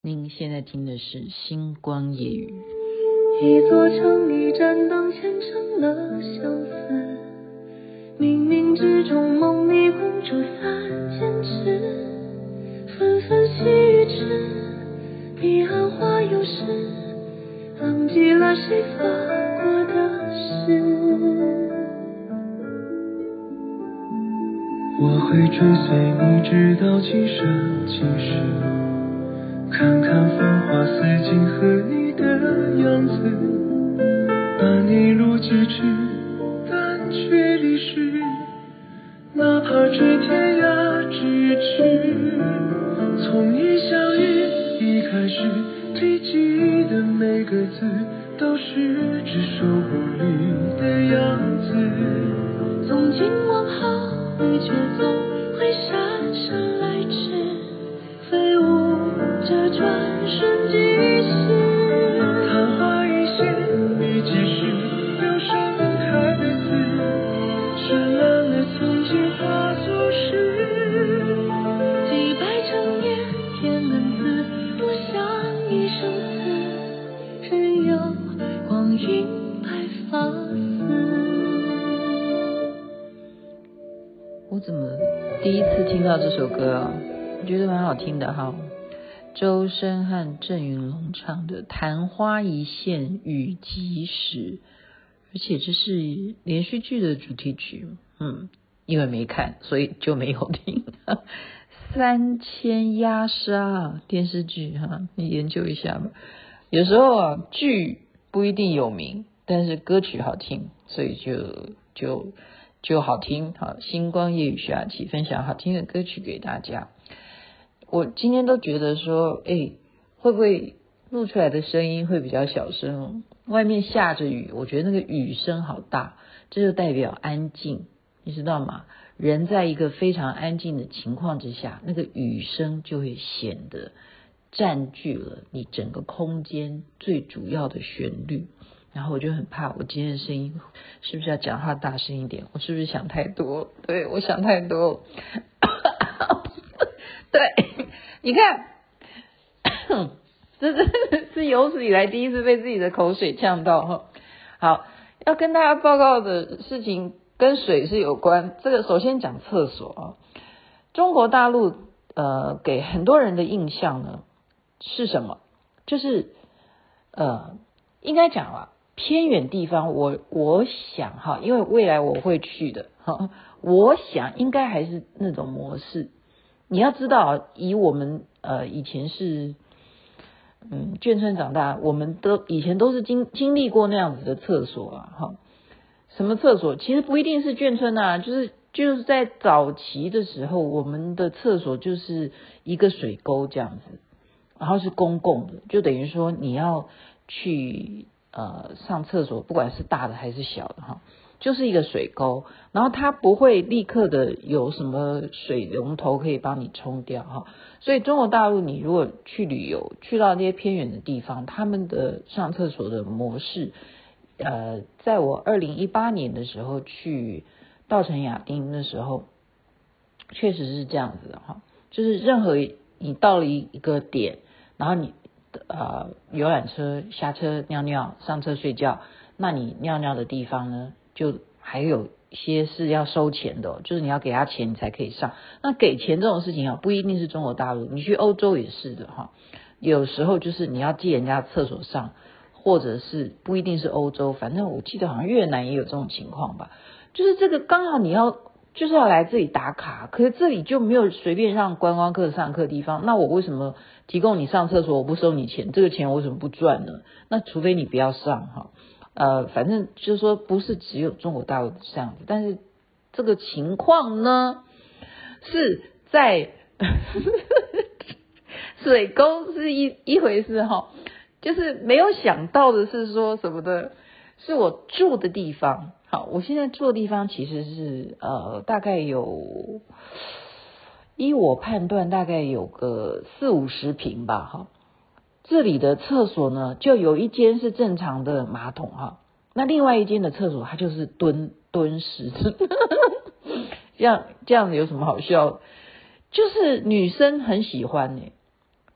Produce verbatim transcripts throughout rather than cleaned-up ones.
您现在听的是星光夜语。 一座城一盏灯牵成了相思，冥冥之中梦里捧着三千尺，纷纷细雨之彼岸花又是忘记了谁发过的誓。我会追随你直到今生今世，看看繁华似锦和你的样子，伴你如咫尺，但却离世，哪怕这天涯咫尺。从一相遇一开始，提及的每个字都是只手不离的样子。从今往后你却总会姗姗来迟，飞舞这转瞬即逝。昙花一现已几时，留盛开的字，绚烂了曾经化作诗。几百成年天恩赐，多像一生死，任由光阴白发丝。 我怎么第一次听到这首歌啊？我觉得蛮好听的哈。周深和郑云龙唱的《昙花一现雨即时》，而且这是连续剧的主题曲。嗯，因为没看，所以就没有听。三千鸦杀电视剧哈，你研究一下吧。有时候啊，剧不一定有名，但是歌曲好听，所以就就就好听。好，星光夜雨徐雅琪分享好听的歌曲给大家。我今天都觉得说，哎，会不会录出来的声音会比较小声？外面下着雨，我觉得那个雨声好大，这就代表安静，你知道吗？人在一个非常安静的情况之下，那个雨声就会显得占据了你整个空间最主要的旋律。然后我就很怕我今天的声音是不是要讲话大声一点，我是不是想太多？对，我想太多。对，你看，这这是有史以来第一次被自己的口水呛到哈。好，要跟大家报告的事情跟水是有关。这个首先讲厕所啊，中国大陆呃给很多人的印象呢是什么？就是呃应该讲了偏远地方我，我我想哈，因为未来我会去的哈，我想应该还是那种模式。你要知道，以我们呃以前是嗯眷村长大，我们都以前都是经经历过那样子的厕所啊，哈，什么厕所？其实不一定是眷村啊，就是就是在早期的时候，我们的厕所就是一个水沟这样子，然后是公共的，就等于说你要去呃上厕所，不管是大的还是小的哈。就是一个水沟，然后它不会立刻的有什么水龙头可以帮你冲掉哈，所以中国大陆你如果去旅游，去到那些偏远的地方，他们的上厕所的模式，呃，在我二零一八年的时候去稻城亚丁的时候，确实是这样子的哈，就是任何你到了一个点，然后你呃游览车下车尿尿，上车睡觉，那你尿尿的地方呢？就还有一些是要收钱的、哦，就是你要给他钱你才可以上。那给钱这种事情啊，不一定是中国大陆，你去欧洲也是的哈。有时候就是你要借人家厕所上，或者是不一定是欧洲，反正我记得好像越南也有这种情况吧。就是这个刚好你要就是要来这里打卡，可是这里就没有随便让观光客上课的地方，那我为什么提供你上厕所我不收你钱？这个钱我为什么不赚呢？那除非你不要上哈。呃，反正就是说不是只有中国大陆这样子，但是这个情况呢是在水沟是一一回事哈，就是没有想到的是说什么的，是我住的地方。好，我现在住的地方其实是呃大概有，依我判断大概有个四五十平吧哈。这里的厕所呢，就有一间是正常的马桶哈，那另外一间的厕所它就是蹲蹲式，这样这样有什么好笑？就是女生很喜欢呢、欸，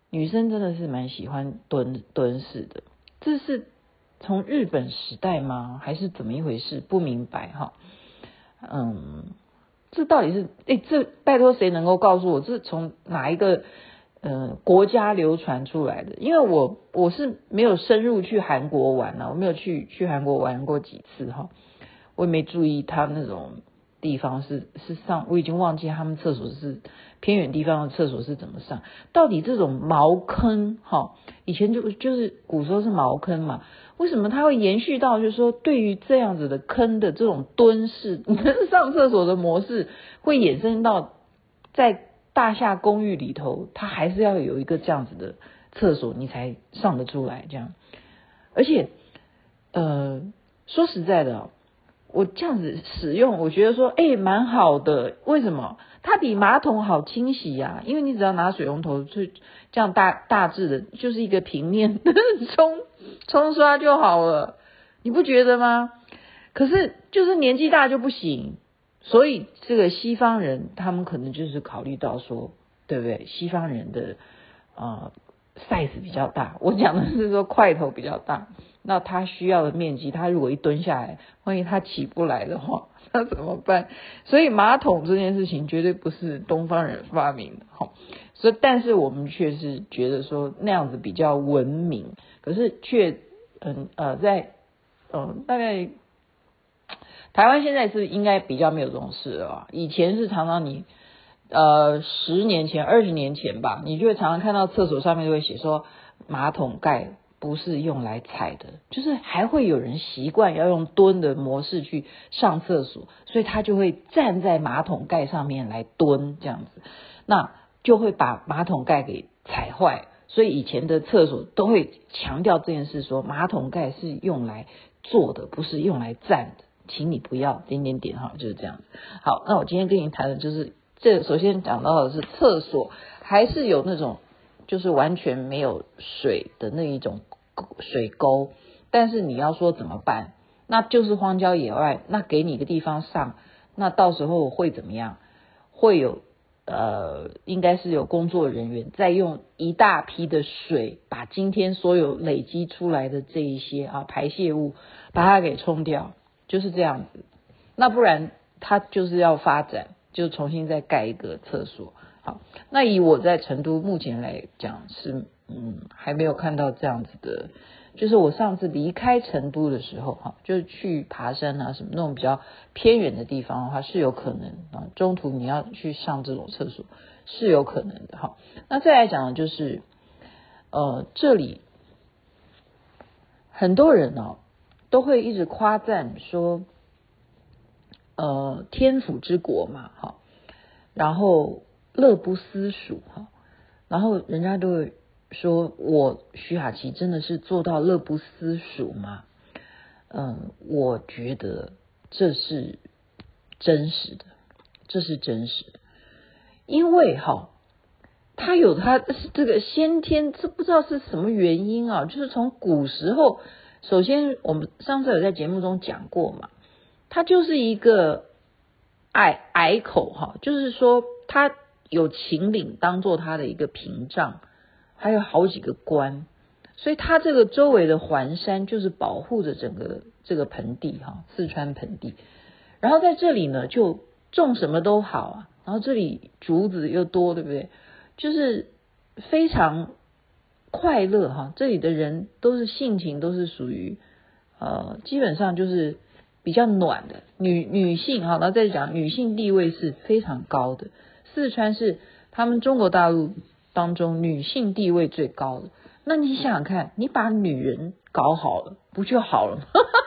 女生真的是蛮喜欢蹲蹲式的，这是从日本时代吗？还是怎么一回事？不明白哈。嗯，这到底是哎，这拜托谁能够告诉我，这是从哪一个呃国家流传出来的？因为我我是没有深入去韩国玩啊，我没有去去韩国玩过几次哈，我也没注意他那种地方是是上，我已经忘记他们厕所是偏远地方的厕所是怎么上。到底这种茅坑哈，以前就就是古时候是茅坑嘛，为什么它会延续到就是说对于这样子的坑的这种蹲式上厕所的模式，会衍生到在大厦公寓里头，它还是要有一个这样子的厕所，你才上得出来这样。而且呃说实在的，我这样子使用，我觉得说，哎、欸，蛮好的。为什么？它比马桶好清洗呀、啊，因为你只要拿水龙头去这样大大致的，就是一个平面冲冲刷就好了，你不觉得吗？可是就是年纪大就不行，所以这个西方人他们可能就是考虑到说，对不对？西方人的呃 size 比较大，我讲的是说块头比较大。那他需要的面积，他如果一蹲下来，万一他起不来的话，那怎么办？所以马桶这件事情绝对不是东方人发明的哈。所以，但是我们却是觉得说那样子比较文明，可是却嗯呃在呃大概台湾现在是应该比较没有这种事了。以前是常常你呃十年前、二十年前吧，你就会常常看到厕所上面就会写说马桶盖不是用来踩的，就是还会有人习惯要用蹲的模式去上厕所，所以他就会站在马桶盖上面来蹲这样子，那就会把马桶盖给踩坏。所以以前的厕所都会强调这件事，说马桶盖是用来坐的，不是用来站的，请你不要点点点哈，就是这样子。好，那我今天跟你谈的就是这，首先讲到的是厕所还是有那种就是完全没有水的那一种水沟，但是你要说怎么办，那就是荒郊野外，那给你一个地方上，那到时候会怎么样？会有呃，应该是有工作人员在用一大批的水，把今天所有累积出来的这一些啊排泄物，把它给冲掉，就是这样子。那不然它就是要发展，就重新再盖一个厕所。好，那以我在成都目前来讲是嗯还没有看到这样子的，就是我上次离开成都的时候哈，就是去爬山啊什么那种比较偏远的地方的话是有可能啊，中途你要去上这种厕所是有可能的哈。那再来讲的就是呃这里很多人哦都会一直夸赞说呃天府之国嘛哈，然后乐不思蜀哈，然后人家都会说我徐雅琪真的是做到乐不思蜀吗？嗯，我觉得这是真实的，这是真实的，因为哈，他有他这个先天，这不知道是什么原因啊，就是从古时候，首先我们上次有在节目中讲过嘛，他就是一个隘隘口哈，就是说他有秦岭当做他的一个屏障，还有好几个关，所以他这个周围的环山就是保护着整个这个盆地哈，四川盆地。然后在这里呢，就种什么都好啊，然后这里竹子又多，对不对？就是非常快乐哈，这里的人都是性情都是属于呃，基本上就是比较暖的女女性哈，然后再讲女性地位是非常高的。四川是他们中国大陆当中女性地位最高的。那你想想看，你把女人搞好了，不就好了吗？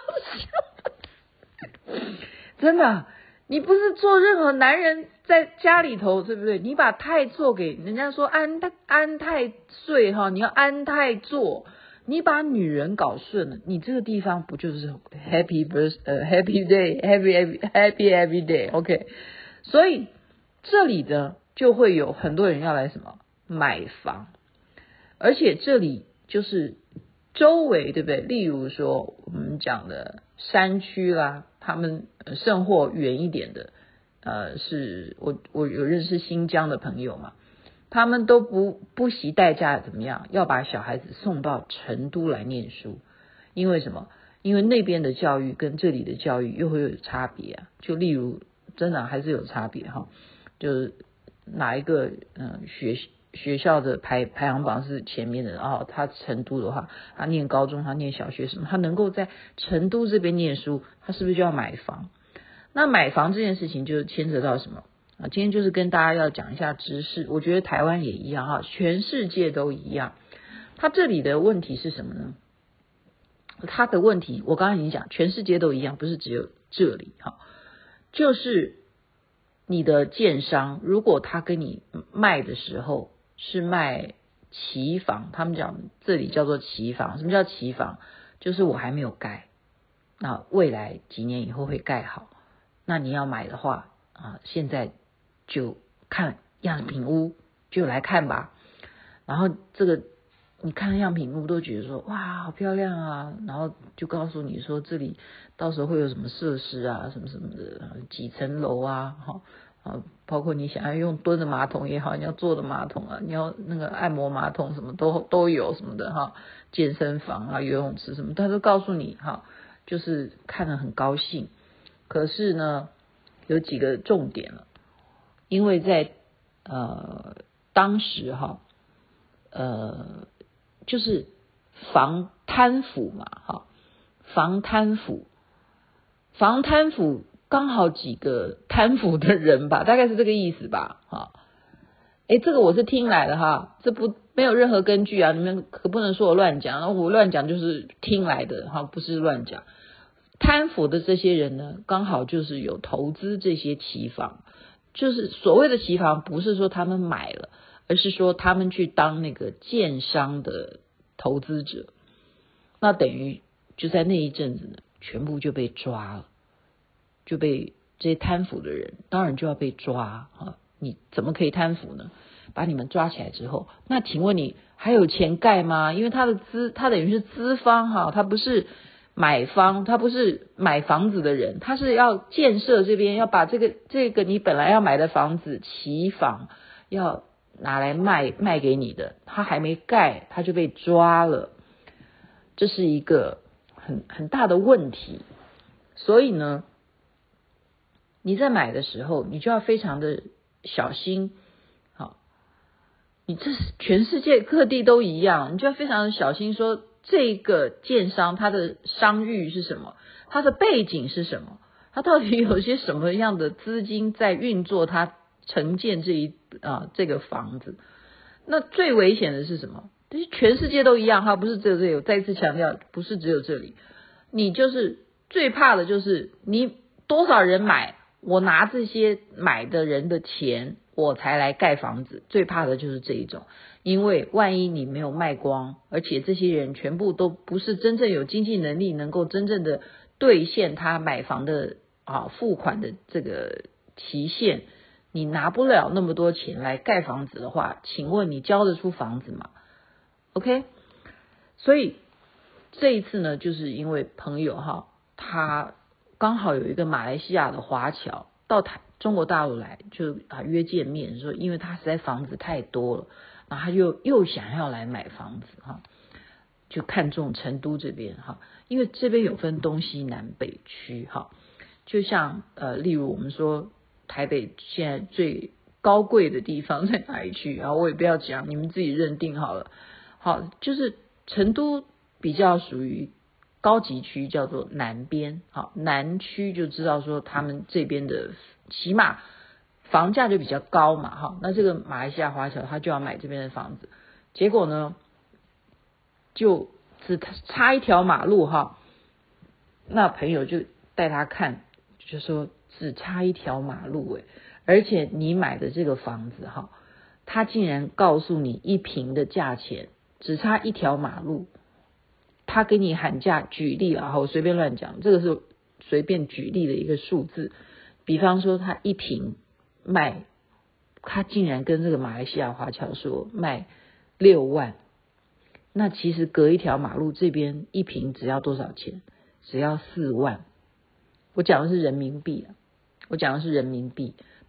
真的啊，你不是做任何男人在家里头，对不对？你把太座给人家说安安太岁哈，你要安太座，你把女人搞顺了，你这个地方不就是 happy birth 呃 happy day happy happy every day OK？ 所以这里的就会有很多人要来什么买房，而且这里就是周围对不对？例如说我们讲的山区啦，他们甚或远一点的，呃，是我我有认识新疆的朋友嘛， 他们都不不惜代价怎么样，要把小孩子送到成都来念书。因为什么？因为那边的教育跟这里的教育又会有差别啊。就例如真的还是有差别哈，就是哪一个嗯学学校的排排行榜是前面的哦，他成都的话，他念高中，他念小学什么，他能够在成都这边念书，他是不是就要买房？那买房这件事情就牵扯到什么啊？今天就是跟大家要讲一下知识，我觉得台湾也一样哈，全世界都一样。他这里的问题是什么呢？他的问题我刚刚已经讲，全世界都一样，不是只有这里哈，就是你的建商如果他跟你卖的时候是卖期房，他们讲这里叫做期房。什么叫期房？就是我还没有盖，那未来几年以后会盖好，那你要买的话啊，现在就看样品屋，就来看吧。然后这个你看样品屋都觉得说哇好漂亮啊，然后就告诉你说这里到时候会有什么设施啊，什么什么的，几层楼啊，哈啊，包括你想要用蹲的马桶也好，你要坐的马桶啊，你要那个按摩马桶什么都都有什么的哈，健身房啊、游泳池什么，他都告诉你哈，就是看得很高兴。可是呢，有几个重点了，因为在呃当时哈，呃就是防贪腐嘛，哈，防贪腐，防贪腐。刚好几个贪腐的人吧，大概是这个意思吧，哈。诶，这个我是听来的哈，这不没有任何根据啊，你们可不能说我乱讲，然后我乱讲就是听来的哈，不是乱讲。贪腐的这些人呢，刚好就是有投资这些期房，就是所谓的期房，不是说他们买了，而是说他们去当那个建商的投资者，那等于就在那一阵子呢，全部就被抓了。就被这些贪腐的人当然就要被抓啊！你怎么可以贪腐呢？把你们抓起来之后，那请问你还有钱盖吗？因为他的资，他等于是资方哈，他不是买方，他不是买房子的人，他是要建设这边，要把这个这个你本来要买的房子期房要拿来卖卖给你的，他还没盖他就被抓了，这是一个很很大的问题。所以呢，你在买的时候，你就要非常的小心。好，你这是全世界各地都一样，你就要非常的小心说这个建商他的商誉是什么，他的背景是什么，他到底有些什么样的资金在运作他承建这一啊这个房子。那最危险的是什么？就是全世界都一样，它不是只有这里，我再次强调，不是只有这里。你就是最怕的就是你多少人买，我拿这些买的人的钱我才来盖房子，最怕的就是这一种。因为万一你没有卖光，而且这些人全部都不是真正有经济能力能够真正的兑现他买房的啊付款的这个期限，你拿不了那么多钱来盖房子的话，请问你交得出房子吗？ OK， 所以这一次呢，就是因为朋友哈，他刚好有一个马来西亚的华侨到台中国大陆来，就啊约见面，说因为他实在房子太多了，然后他又又想要来买房子哈，就看中成都这边哈，因为这边有分东西南北区哈，就像呃例如我们说台北现在最高贵的地方在哪一区，然后我也不要讲，你们自己认定好了。好，就是成都比较属于高级区，叫做南边。好，南区就知道说他们这边的起码房价就比较高嘛。哈，那这个马来西亚华侨他就要买这边的房子，结果呢就只差一条马路哈，那朋友就带他看，就说只差一条马路诶，而且你买的这个房子哈，他竟然告诉你一坪的价钱只差一条马路，他给你喊价，举例啊，我随便乱讲，这个是随便举例的一个数字，比方说他一坪卖，他竟然跟这个马来西亚华侨说卖六万，那其实隔一条马路这边一坪只要多少钱？只要四万。我讲的是人民币啊，我讲的是人民币。那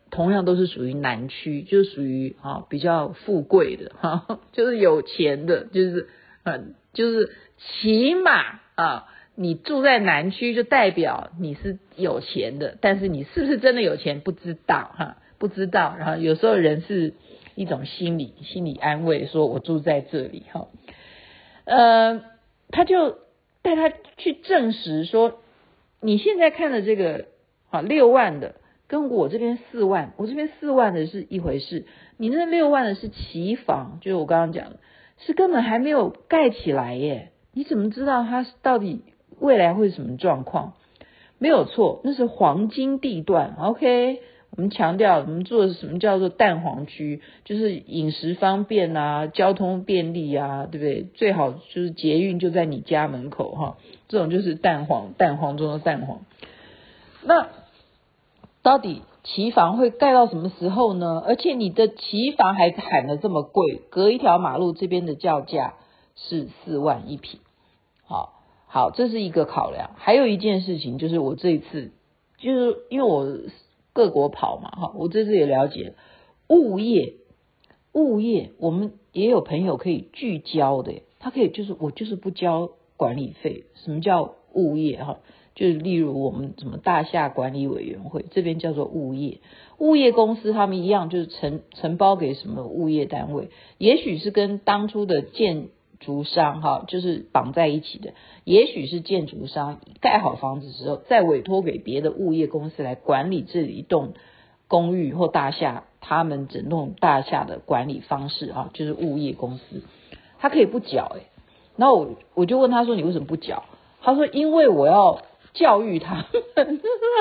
同样都是属于南区，就是属于啊比较富贵的哈，就是有钱的，就是嗯就是起码啊你住在南区就代表你是有钱的，但是你是不是真的有钱不知道哈，不知道。然后有时候人是一种心理心理安慰，说我住在这里哈，呃，他就带他去证实说，你现在看的这个啊六万的，跟我这边四万，我这边四万的是一回事，你那六万的是期房，就是我刚刚讲的，是根本还没有盖起来耶，你怎么知道它到底未来会是什么状况？没有错，那是黄金地段 OK， 我们强调我们做的什么叫做蛋黄区，就是饮食方便啊，交通便利啊，对不对？最好就是捷运就在你家门口哈，这种就是蛋黄，蛋黄中的蛋黄。那到底期房会盖到什么时候呢？而且你的期房还喊得这么贵，隔一条马路这边的叫价是四万一坪，好。好，这是一个考量。还有一件事情就是我这一次就是因为我各国跑嘛哈，我这次也了解物业，物业我们也有朋友可以拒交的，他可以就是我就是不交管理费。什么叫物业哈？就是例如我们什么大厦管理委员会这边叫做物业，物业公司他们一样就是承承包给什么物业单位，也许是跟当初的建筑商哈，就是绑在一起的，也许是建筑商盖好房子之后，再委托给别的物业公司来管理这一栋公寓或大厦，他们整栋大厦的管理方式啊，就是物业公司，他可以不缴诶。然后我我就问他说你为什么不缴？他说因为我要教育他们。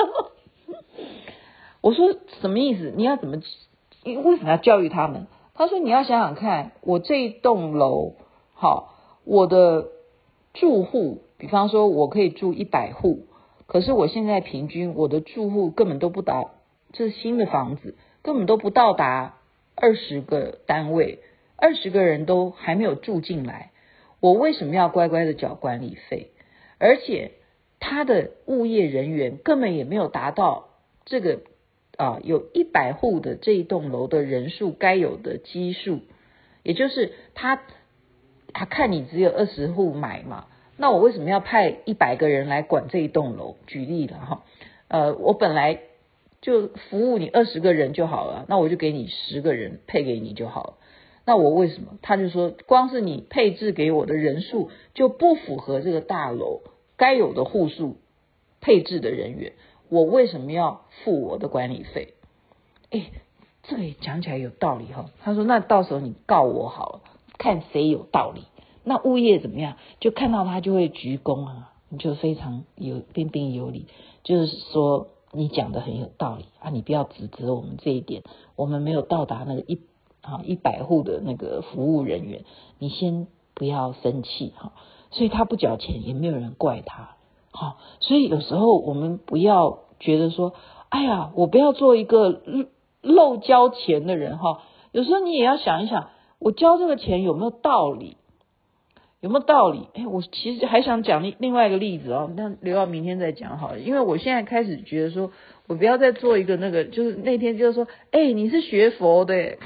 我说什么意思？你要怎么？为什么要教育他们？他说你要想想看，我这一栋楼。好，我的住户，比方说我可以住一百户，可是我现在平均我的住户根本都不达，这是新的房子，根本都不到达二十个单位，二十个人都还没有住进来，我为什么要乖乖的缴管理费？而且他的物业人员根本也没有达到这个啊有一百户的这一栋楼的人数该有的基数，也就是他他看你只有二十户买嘛，那我为什么要派一百个人来管这一栋楼？举例了哈，呃，我本来就服务你二十个人就好了，那我就给你十个人配给你就好了。那我为什么？他就说，光是你配置给我的人数就不符合这个大楼该有的户数配置的人员，我为什么要付我的管理费？哎，这个也讲起来有道理哈。他说，那到时候你告我好了。看谁有道理，那物业怎么样？就看到他就会鞠躬啊，你就非常有彬彬有礼，就是说你讲的很有道理啊，你不要指责我们这一点，我们没有到达那个一啊一百户的那个服务人员，你先不要生气哈。所以他不缴钱，也没有人怪他。好，所以有时候我们不要觉得说，哎呀，我不要做一个漏交钱的人哈。有时候你也要想一想。我交这个钱有没有道理？有没有道理？哎，我其实还想讲另另外一个例子哦，那留到明天再讲好了。因为我现在开始觉得说，我不要再做一个那个，就是那天就是说，哎，你是学佛的，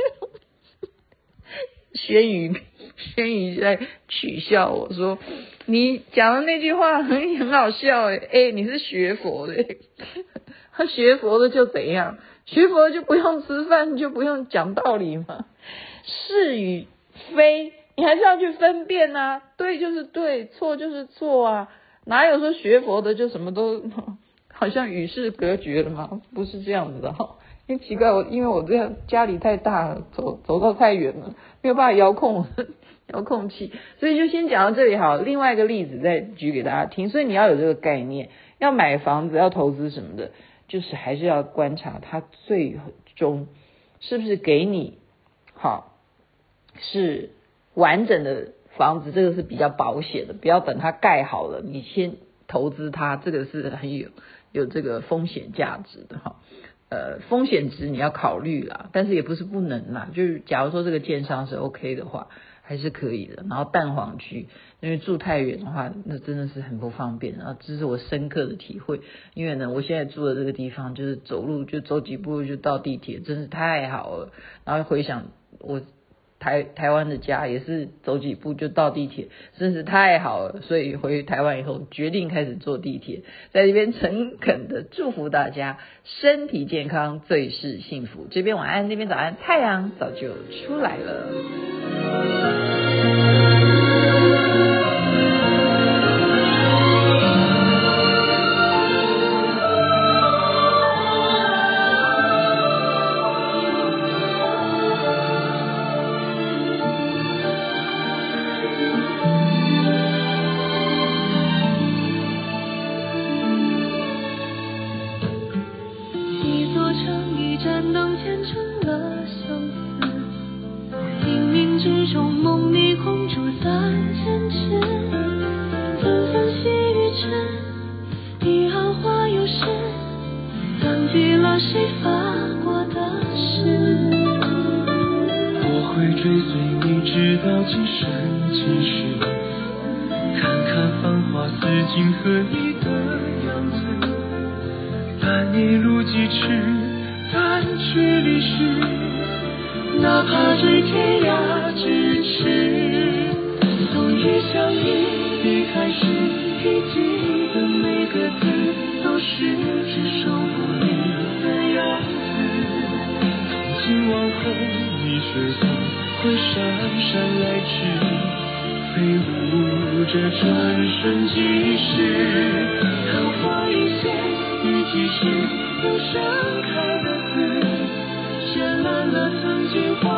轩宇，轩宇在取笑我说，你讲的那句话很很好笑哎，哎，你是学佛的，他学佛的就怎样？学佛就不用吃饭，就不用讲道理嘛。是与非，你还是要去分辨啊，对就是对，错就是错啊，哪有说学佛的就什么都好像与世隔绝了嘛？不是这样子的哈。因为奇怪，我因为我这样家里太大了，走走到太远了，没有办法遥控遥控器，所以就先讲到这里好了。另外一个例子再举给大家听，所以你要有这个概念，要买房子要投资什么的，就是还是要观察它最终是不是给你好。是完整的房子，这个是比较保险的，不要等它盖好了你先投资它，这个是很有有这个风险价值的哈。呃，风险值你要考虑啦，但是也不是不能啦，就是假如说这个建商是 OK 的话， 还是可以的。然后蛋黄区，因为住太远的话，那真的是很不方便。然后这是我深刻的体会，因为呢，我现在住的这个地方就是走路就走几步就到地铁，真是太好了。然后回想我台台湾的家也是走几步就到地铁，真是太好了。所以回台湾以后决定开始坐地铁，在这边诚恳的祝福大家身体健康，最是幸福。这边晚安，那边早安，太阳早就出来了。 又盛开的字，写满了曾经。